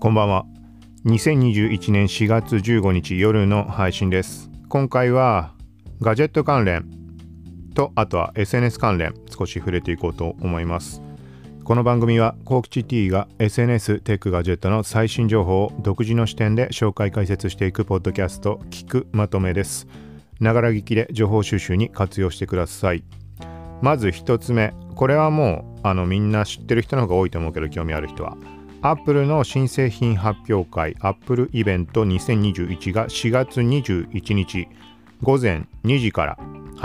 こんばんは。2021年4月15日夜の配信です。今回はガジェット関連とあとは SNS 関連少し触れていこうと思います。この番組は幸吉 T が SNS テックガジェットの最新情報を独自の視点で紹介解説していくポッドキャスト聞くまとめです。ながら聞きで情報収集に活用してください。まず一つ目、これはもうみんな知ってる人の方が多いと思うけど、興味ある人はApple の新製品発表会 Apple イベント2021が4月21日午前2時から、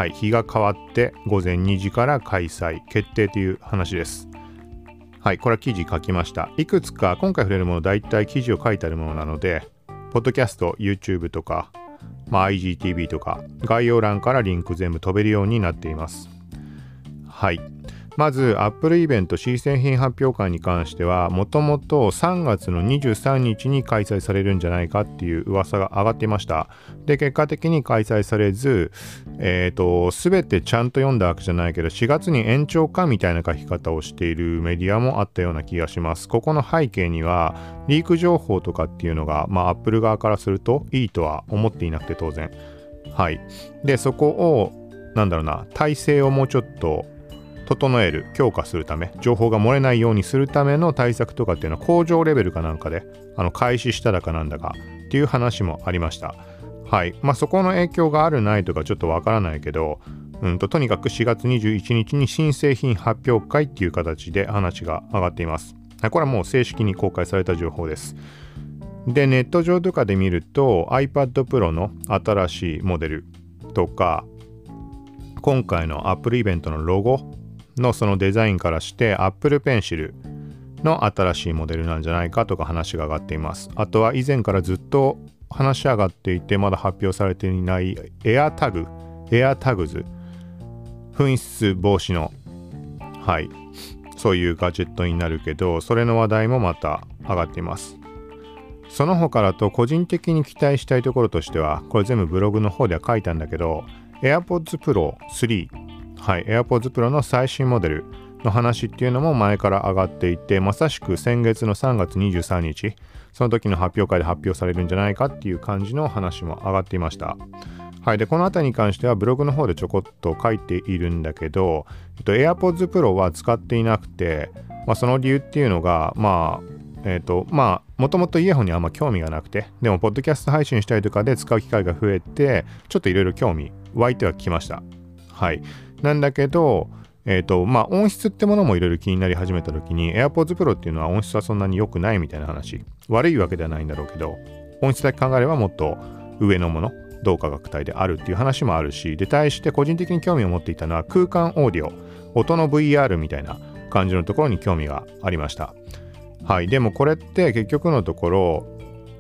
日が変わって午前2時から開催決定という話です。これは記事書きました。いくつか今回触れるもの大体記事を書いてあるものなので、ポッドキャスト、YouTube とか、IGTV とか概要欄からリンク全部飛べるようになっています。まず Apple イベント新製品発表会に関してはもともと3月の23日に開催されるんじゃないかっていう噂が上がっていました。で、結果的に開催されず、全てちゃんと読んだわけじゃないけど4月に延長かみたいな書き方をしているメディアもあったような気がします。ここの背景にはリーク情報とかっていうのが、Apple 側からするといいとは思っていなくて当然。で、そこを体制をもうちょっと整える、強化するため、情報が漏れないようにするための対策とかっていうのは工場レベルかなんかで開始したらかなんだかっていう話もありました。そこの影響があるないとかちょっとわからないけど、とにかく4月21日に新製品発表会っていう形で話が上がっています。これはもう正式に公開された情報です。で、ネット上とかで見ると iPad Pro の新しいモデルとか、今回の Apple イベントのロゴのそのデザインからして Apple Pencil の新しいモデルなんじゃないかとか話が上がっています。あとは以前からずっと話し上がっていてまだ発表されていない AirTags 紛失防止のそういうガジェットになるけど、それの話題もまた上がっています。その他だと個人的に期待したいところとしては、これ全部ブログの方では書いたんだけど AirPods Pro 3AirPods Pro の最新モデルの話っていうのも前から上がっていて、まさしく先月の3月23日その時の発表会で発表されるんじゃないかっていう感じの話も上がっていました。で、このあたりに関してはブログの方でちょこっと書いているんだけど、AirPods Pro は使っていなくて、その理由っていうのがもともとイヤホンにあんま興味がなくて、でもポッドキャスト配信したりとかで使う機会が増えてちょっといろいろ興味湧いてはきました。なんだけど、音質ってものもいろいろ気になり始めた時に AirPods Pro っていうのは音質はそんなに良くないみたいな話、悪いわけではないんだろうけど、音質だけ考えればもっと上のもの、同価格帯であるっていう話もあるし、で対して個人的に興味を持っていたのは空間オーディオ、音の VR みたいな感じのところに興味がありました。でもこれって結局のところ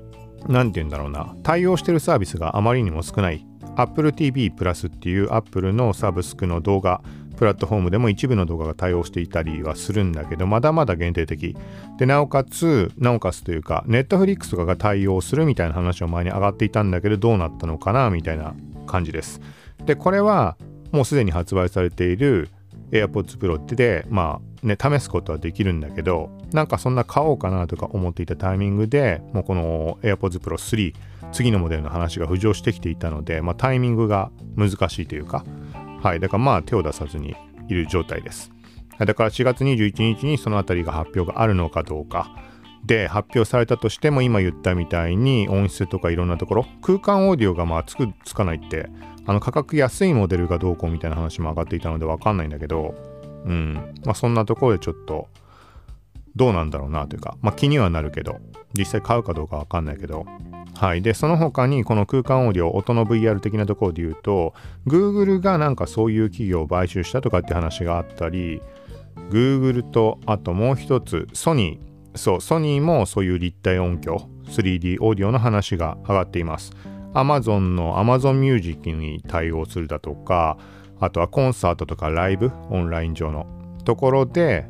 対応してるサービスがあまりにも少ない。Apple TV プラスっていう Apple のサブスクの動画プラットフォームでも一部の動画が対応していたりはするんだけど、まだまだ限定的で、なおかつというか Netflix とかが対応するみたいな話も前に上がっていたんだけど、どうなったのかなみたいな感じです。で、これはもうすでに発売されている AirPods Pro で試すことはできるんだけど、そんな買おうかなとか思っていたタイミングでもうこの AirPods Pro 3次のモデルの話が浮上してきていたので、タイミングが難しいというか、だから手を出さずにいる状態です。だから4月21日にそのあたりが発表があるのかどうかで、発表されたとしても今言ったみたいに音質とかいろんなところ、空間オーディオがつかないって価格安いモデルがどうこうみたいな話も上がっていたので分かんないんだけど、そんなところでちょっとどうなんだろうなというか、気にはなるけど実際買うかどうか分かんないけど、で、その他にこの空間オーディオ、音の VR 的なところで言うと Google がそういう企業を買収したとかって話があったり、 Google とあともう一つソニーもそういう立体音響 3D オーディオの話が上がっています。 Amazon の Amazon Music に対応するだとか、あとはコンサートとかライブオンライン上のところで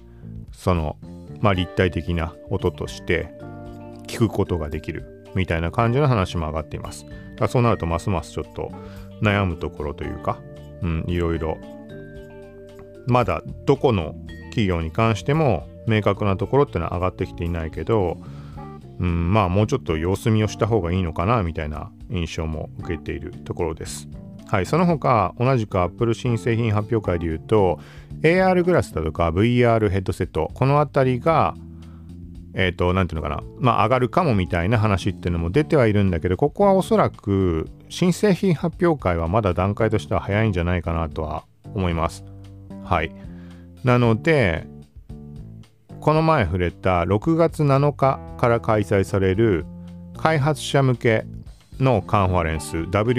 立体的な音として聞くことができるみたいな感じの話も上がっています。そうなるとますますちょっと悩むところというか、いろいろまだどこの企業に関しても明確なところってのは上がってきていないけど、 まあもうちょっと様子見をした方がいいのかなみたいな印象も受けているところです。はい、その他同じく Apple 新製品発表会でいうと AR グラスだとか VR ヘッドセット、このあたりがなんていうのかな、上がるかもみたいな話っていうのも出てはいるんだけど、ここはおそらく新製品発表会はまだ段階としては早いんじゃないかなとは思います。はい。なのでこの前触れた6月7日から開催される開発者向けのカンファレンス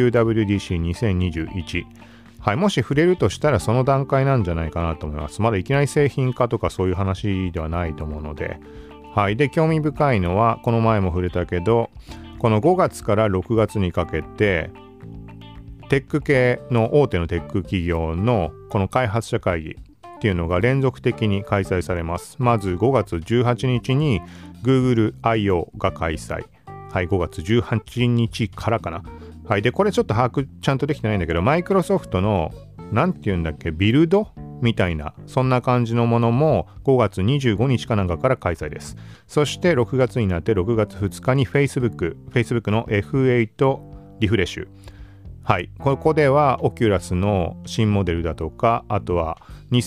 WWDC2021、はい、もし触れるとしたらその段階なんじゃないかなと思います。まだいきなり製品化とかそういう話ではないと思うので、はい。で、興味深いのはこの前も触れたけど、この5月から6月にかけてテック系の大手のテック企業のこの開発者会議っていうのが連続的に開催されます。まず5月18日に Google I/O が開催。はい、5月18日からかな。はい、でこれちょっと把握ちゃんとできてないんだけど、マイクロソフトのなんていうんだっけ、ビルドみたいなそんな感じのものも5月25日かなんかから開催です。そして6月になって6月2日に Facebook の F8 リフレッシュ。はい、ここではオキュラスの新モデルだとか、あとは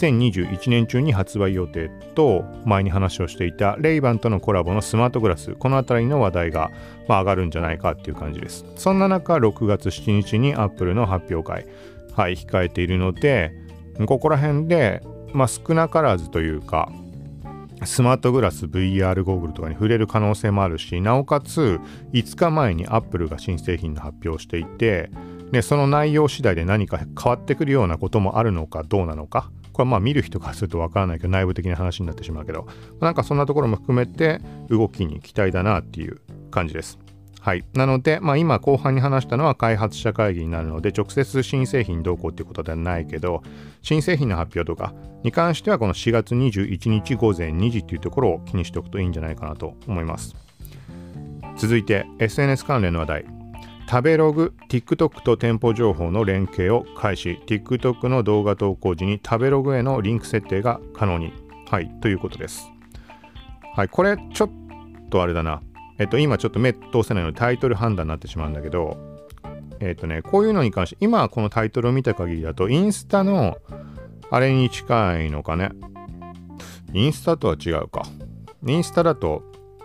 2021年中に発売予定と前に話をしていたレイバンとのコラボのスマートグラス、このあたりの話題が上がるんじゃないかっていう感じです。そんな中6月7日に Apple の発表会、はい、控えているので、ここら辺で、少なからずというかスマートグラス VR ゴーグルとかに触れる可能性もあるし、なおかつ5日前に Apple が新製品の発表をしていて、でその内容次第で何か変わってくるようなこともあるのかどうなのか、これは見る人からするとわからないけど内部的な話になってしまうけど、なんかそんなところも含めて動きに期待だなっていう感じです。はい、なので、今後半に話したのは開発者会議になるので直接新製品どうこうっていうことではないけど、新製品の発表とかに関してはこの4月21日午前2時っていうところを気にしておくといいんじゃないかなと思います。続いて SNS 関連の話題。食べログ TikTok と店舗情報の連携を開始。 TikTok の動画投稿時に食べログへのリンク設定が可能に、はい、ということです。はい、これちょっとあれだな、今ちょっと目通せないのでタイトル判断になってしまうんだけど、こういうのに関して今このタイトルを見た限りだとインスタのあれに近いのかね。インスタとは違うか。インスタだと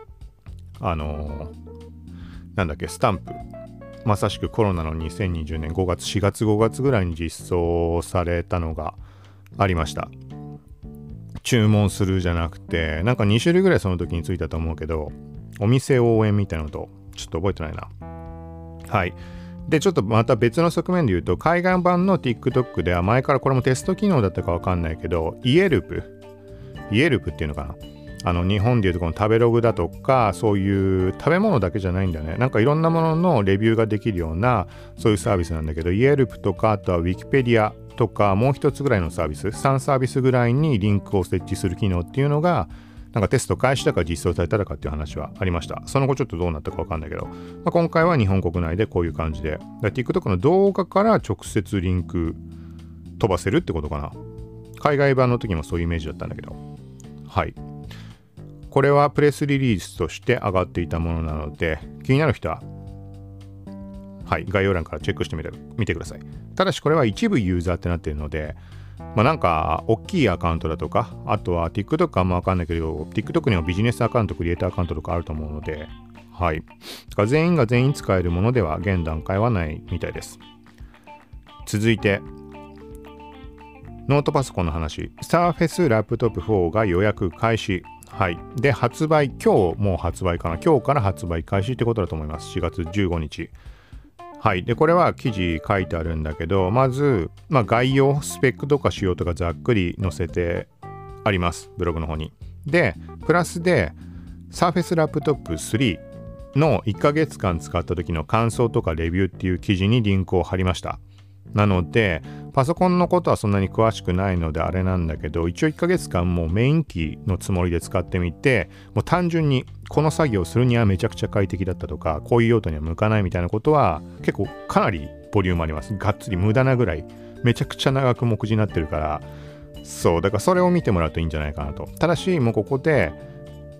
なんだっけ、スタンプ、まさしくコロナの2020年5月4月5月ぐらいに実装されたのがありました。注文するじゃなくて、なんか2種類ぐらいその時についたと思うけど、お店応援みたいなのとちょっと覚えてないな。はい。でちょっとまた別の側面で言うと、海外版の TikTok では前からこれもテスト機能だったかわかんないけど、イエルプっていうのかな、日本でいうとこの食べログだとか、そういう食べ物だけじゃないんだよね。なんかいろんなもののレビューができるようなそういうサービスなんだけど、イエルプとか、あとはウィキペディアとか、もう一つぐらいのサービス、3サービスぐらいにリンクを設置する機能っていうのがなんかテスト開始だか実装されたかっていう話はありました。その後ちょっとどうなったかわかんないけど、今回は日本国内でこういう感じで、TikTok の動画から直接リンク飛ばせるってことかな。海外版の時もそういうイメージだったんだけど、はい。これはプレスリリースとして上がっていたものなので、気になる人は、はい、概要欄からチェックしてみてください。ただしこれは一部ユーザーってなっているので、なんか大きいアカウントだとか、あとは TikTok あんま分かんないけど、TikTok にはビジネスアカウント、クリエイターアカウントとかあると思うので、はい。だから全員が全員使えるものでは現段階はないみたいです。続いて、ノートパソコンの話。Surface Laptop 4が予約開始。はい。で、発売、今日もう発売かな。今日から発売開始ってことだと思います。4月15日。はい。で、これは記事書いてあるんだけど、まず、概要、スペックとか仕様とかざっくり載せてあります。ブログの方に。で、プラスで、Surface Laptop 3の1ヶ月間使った時の感想とかレビューっていう記事にリンクを貼りました。なので、パソコンのことはそんなに詳しくないのであれなんだけど、一応1ヶ月間もうメイン機のつもりで使ってみて、もう単純にこの作業をするにはめちゃくちゃ快適だったとか、こういう用途には向かないみたいなことは結構かなりボリュームあります。がっつり無駄なぐらいめちゃくちゃ長く目次になってるから、そうだからそれを見てもらうといいんじゃないかなと。ただしもうここで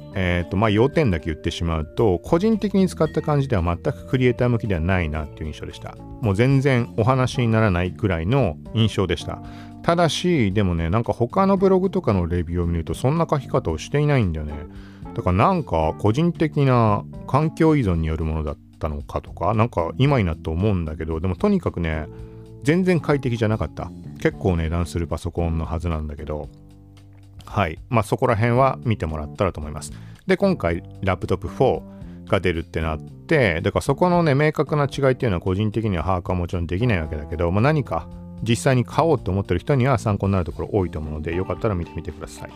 要点だけ言ってしまうと、個人的に使った感じでは全くクリエイター向きではないなっていう印象でした。もう全然お話にならないぐらいの印象でした。ただしでもね、なんか他のブログとかのレビューを見るとそんな書き方をしていないんだよね。だからなんか個人的な環境依存によるものだったのかとか、なんか今になって思うんだけど、でもとにかくね、全然快適じゃなかった。結構値段するパソコンのはずなんだけど、はい、そこら辺は見てもらったらと思います。で、今回ラップトップ4が出るってなって、だからそこのね、明確な違いっていうのは個人的には把握はもちろんできないわけだけど、何か実際に買おうと思ってる人には参考になるところ多いと思うので、よかったら見てみてください。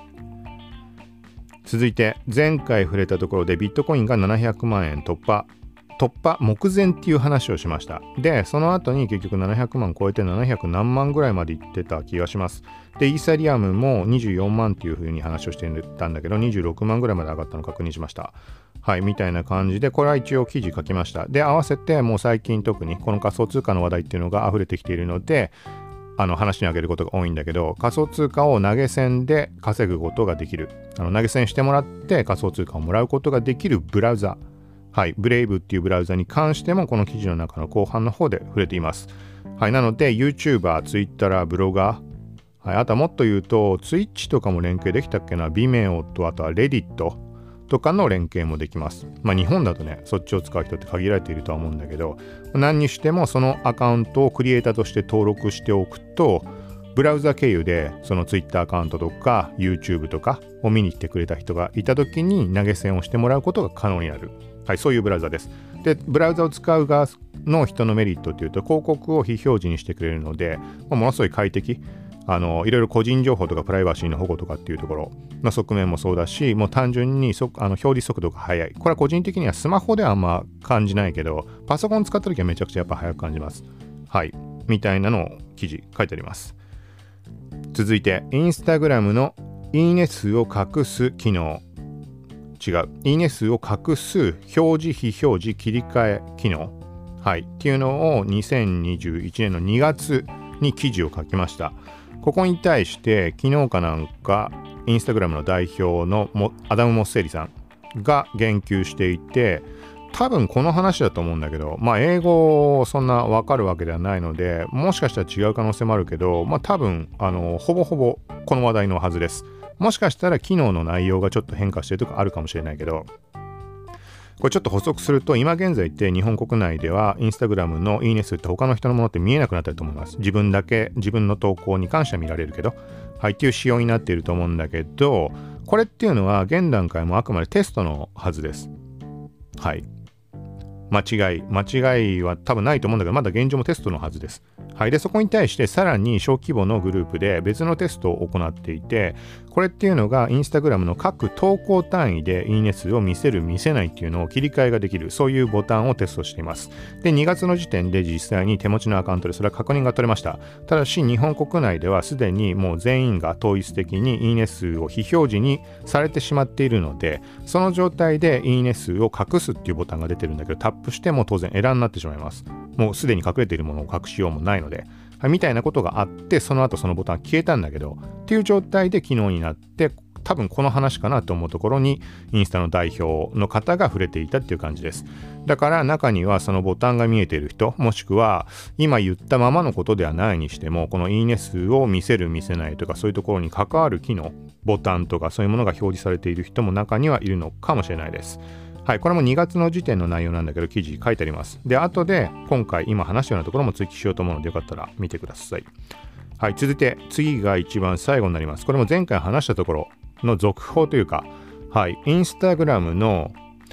続いて、前回触れたところでビットコインが700万円突破目前っていう話をしました。で、その後に結局700万超えて700何万ぐらいまでいってた気がします。で、イーサリアムも24万っていう風に話をしてたんだけど、26万ぐらいまで上がったのを確認しました。はい、みたいな感じで、これは一応記事書きました。で、合わせてもう最近特にこの仮想通貨の話題っていうのが溢れてきているので、話に挙げることが多いんだけど、仮想通貨を投げ銭で稼ぐことができる。投げ銭してもらって仮想通貨をもらうことができるブラウザ。はい、ブレイブっていうブラウザに関してもこの記事の中の後半の方で触れています。はい、なので YouTuber、Twitter、ブロガー、はい、あとはもっと言うと Twitch とかも連携できたっけな、Vimeo とあとは Reddit とかの連携もできます。日本だとね、そっちを使う人って限られているとは思うんだけど、何にしてもそのアカウントをクリエイターとして登録しておくと、ブラウザ経由でその Twitter アカウントとか YouTube とかを見に来てくれた人がいた時に投げ銭をしてもらうことが可能になる。はい、そういうブラウザです。で、ブラウザを使う側の人のメリットっていうと、広告を非表示にしてくれるので、ものすごい快適。いろいろ個人情報とかプライバシーの保護とかっていうところの側面もそうだし、もう単純に表示速度が速い。これは個人的にはスマホではあんま感じないけど、パソコン使った時はめちゃくちゃやっぱ速く感じます。はい。みたいなのを記事書いてあります。続いて、インスタグラムのいいね数を隠す機能。違う。いいね数を隠す表示非表示切り替え機能。はい。っていうのを2021年の2月に記事を書きました。ここに対して昨日かなんかインスタグラムの代表のアダム・モッセリさんが言及していて、多分この話だと思うんだけど、英語そんなわかるわけではないので、もしかしたら違う可能性もあるけど、多分ほぼほぼこの話題のはずです。もしかしたら機能の内容がちょっと変化してるとかあるかもしれないけど、これちょっと補足すると、今現在って日本国内ではインスタグラムのいいね数って他の人のものって見えなくなってると思います。自分だけ自分の投稿に関しては見られるけど、はいっていう仕様になっていると思うんだけど、これっていうのは現段階もあくまでテストのはずです。はい。間違いは多分ないと思うんだけど、まだ現状もテストのはずです。はい。で、そこに対してさらに小規模のグループで別のテストを行っていて、これっていうのがインスタグラムの各投稿単位でいいね数を見せる見せないっていうのを切り替えができる、そういうボタンをテストしています。で、2月の時点で実際に手持ちのアカウントでそれは確認が取れました。ただし日本国内ではすでにもう全員が統一的にいいね数を非表示にされてしまっているので、その状態でいいね数を隠すっていうボタンが出てるんだけど、タップしても当然エラーになってしまいます。もうすでに隠れているものを隠しようもないので、みたいなことがあって、その後そのボタン消えたんだけどっていう状態で機能になって、多分この話かなと思うところにインスタの代表の方が触れていたっていう感じです。だから中にはそのボタンが見えている人、もしくは今言ったままのことではないにしても、このいいね数を見せる見せないとかそういうところに関わる機能、ボタンとかそういうものが表示されている人も中にはいるのかもしれないです。はい、これも2月の時点の内容なんだけど記事書いてあります。で、後で今回今話したようなところも追記しようと思うので、よかったら見てください。はい、続いて次が一番最後になります。これも前回話したところの続報というか、はい、インスタグラムの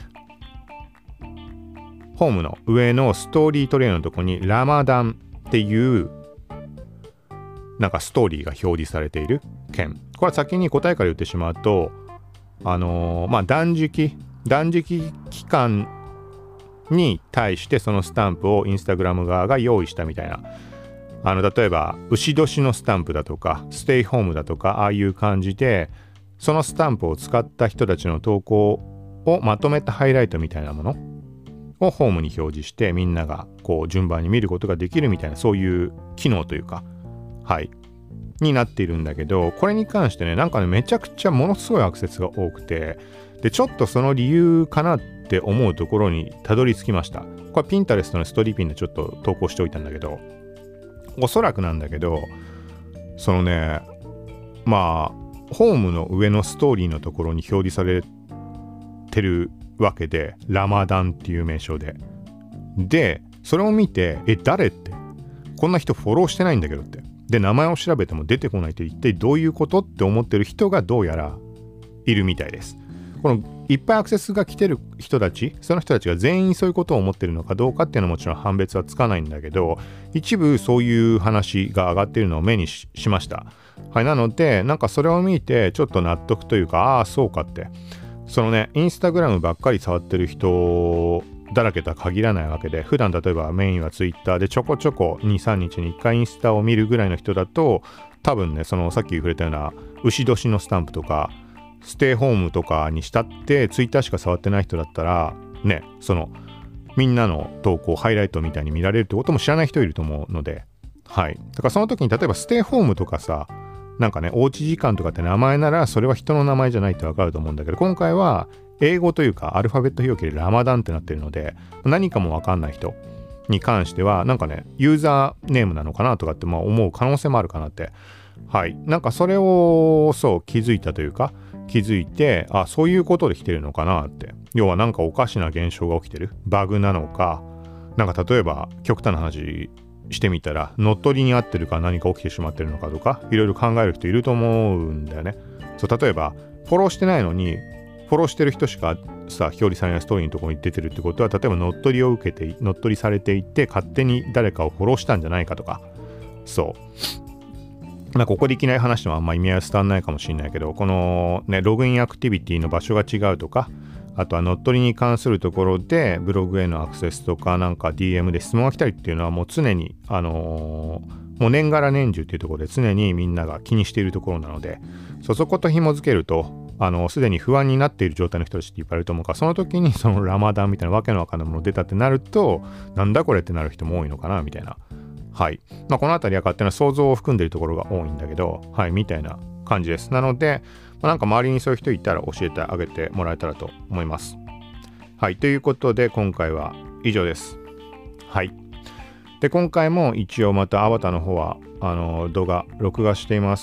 ホームの上のストーリートレイのところにラマダンっていうなんかストーリーが表示されている件。これは先に答えから言ってしまうと、断食期間に対してそのスタンプをインスタグラム側が用意したみたいな。例えば牛年のスタンプだとかステイホームだとか、ああいう感じでそのスタンプを使った人たちの投稿をまとめたハイライトみたいなものをホームに表示して、みんながこう順番に見ることができるみたいな、そういう機能というか、はいになっているんだけど、これに関してね、なんかね、めちゃくちゃものすごいアクセスが多くて、 で、ちょっとその理由かなって思うところにたどり着きました。これピンタレストのストーリーピンでちょっと投稿しておいたんだけど、おそらくなんだけど、そのね、まあホームの上のストーリーのところに表示されてるわけで、ラマダンっていう名称でそれを見て、誰って、こんな人フォローしてないんだけどって、で名前を調べても出てこないと、一体どういうことって思ってる人がどうやらいるみたいです。このいっぱいアクセスが来てる人たち、その人たちが全員そういうことを思ってるのかどうかっていうのはもちろん判別はつかないんだけど、一部そういう話が上がっているのを目に しました。はい、なのでなんかそれを見てちょっと納得というか、ああそうかって、そのね、インスタグラムばっかり触ってる人だらけとは限らないわけで、普段例えばメインはツイッターでちょこちょこ 2,3 日に1回インスタを見るぐらいの人だと、多分ね、そのさっき触れたような牛年のスタンプとかステイホームとかにしたってツイッターしか触ってない人だったらね、そのみんなの投稿ハイライトみたいに見られるってことも知らない人いると思うので、はい、だからその時に例えばステイホームとかさ、なんかね、おうち時間とかって名前ならそれは人の名前じゃないってわかると思うんだけど、今回は英語というかアルファベット表記でラマダンってなってるので、何かもわかんない人に関してはなんかね、ユーザーネームなのかなとかって思う可能性もあるかなって、はい、なんかそれをそう気づいたというか、気づいて、あ、そういうことで来てるのかなって。要はなんかおかしな現象が起きてる、バグなのか、なんか例えば極端な話してみたら乗っ取りに合ってるか何か起きてしまってるのかとか、いろいろ考える人いると思うんだよね。そう、例えばフォローしてないのにフォローしてる人しかさ表示されないストーリーのところに出てるってことは、例えば乗っ取りを受けて、乗っ取りされていて勝手に誰かをフォローしたんじゃないかとか、そうまあここでいきなり話してもあんま意味合いは伝わんないかもしれないけど、このね、ログインアクティビティの場所が違うとか、あとは乗っ取りに関するところでブログへのアクセスとか、なんか DM で質問が来たりっていうのはもう常にもう年がら年中っていうところで常にみんなが気にしているところなので、そこと紐づけるとすでに不安になっている状態の人たちっていっぱいいると思うから、その時にそのラマダンみたいなわけのわかんないもの出たってなると、なんだこれってなる人も多いのかなみたいな。はい、まあこのあたりは勝手な想像を含んでいるところが多いんだけど、はいみたいな感じです。なので、なんか周りにそういう人いたら教えてあげてもらえたらと思います。はい、ということで今回は以上です。はい。で、今回も一応またアバターの方は動画録画しています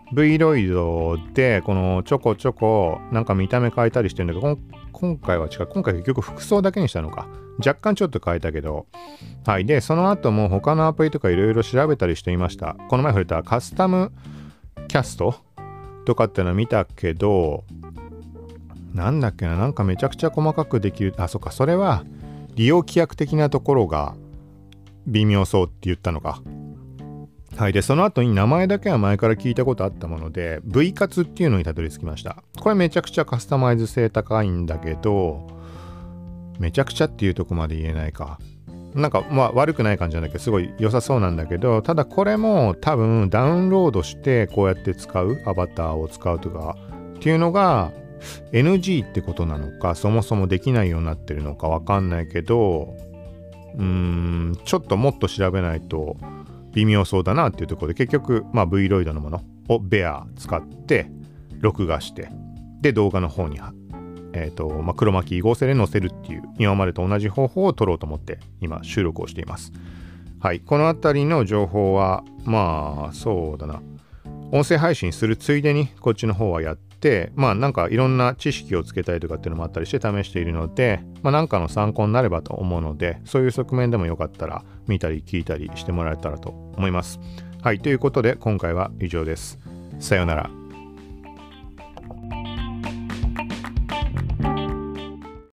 。Vroid でこのちょこちょこなんか見た目変えたりしてるんだけど、今回は違う。今回結局服装だけにしたのか。若干ちょっと変えたけど。はい。で、その後も他のアプリとかいろいろ調べたりしていました。この前触れたカスタムキャストとかっての見たけど、なんだっけな、なんかめちゃくちゃ細かくできる。あ、そっか、それは利用規約的なところが微妙そうって言ったのか。はい。で、その後に名前だけは前から聞いたことあったもので、V 活っていうのにたどり着きました。これめちゃくちゃカスタマイズ性高いんだけど、めちゃくちゃっていうとこまで言えないか。なんかまあ悪くない感じなんだけど、すごい良さそうなんだけど、ただこれも多分ダウンロードしてこうやって使う、アバターを使うとかっていうのが NG ってことなのか、そもそもできないようになってるのかわかんないけど、ちょっともっと調べないと微妙そうだなっていうところで、結局まあ Vroid のものを Bear 使って録画して、で動画の方にクロマキー合成で載せるっていう今までと同じ方法を取ろうと思って今収録をしています。はい、このあたりの情報はまあそうだな、音声配信するついでにこっちの方はやって、まあなんかいろんな知識をつけたいとかっていうのもあったりして試しているので、まあなんかの参考になればと思うので、そういう側面でもよかったら見たり聞いたりしてもらえたらと思います。はい、ということで今回は以上です。さようなら。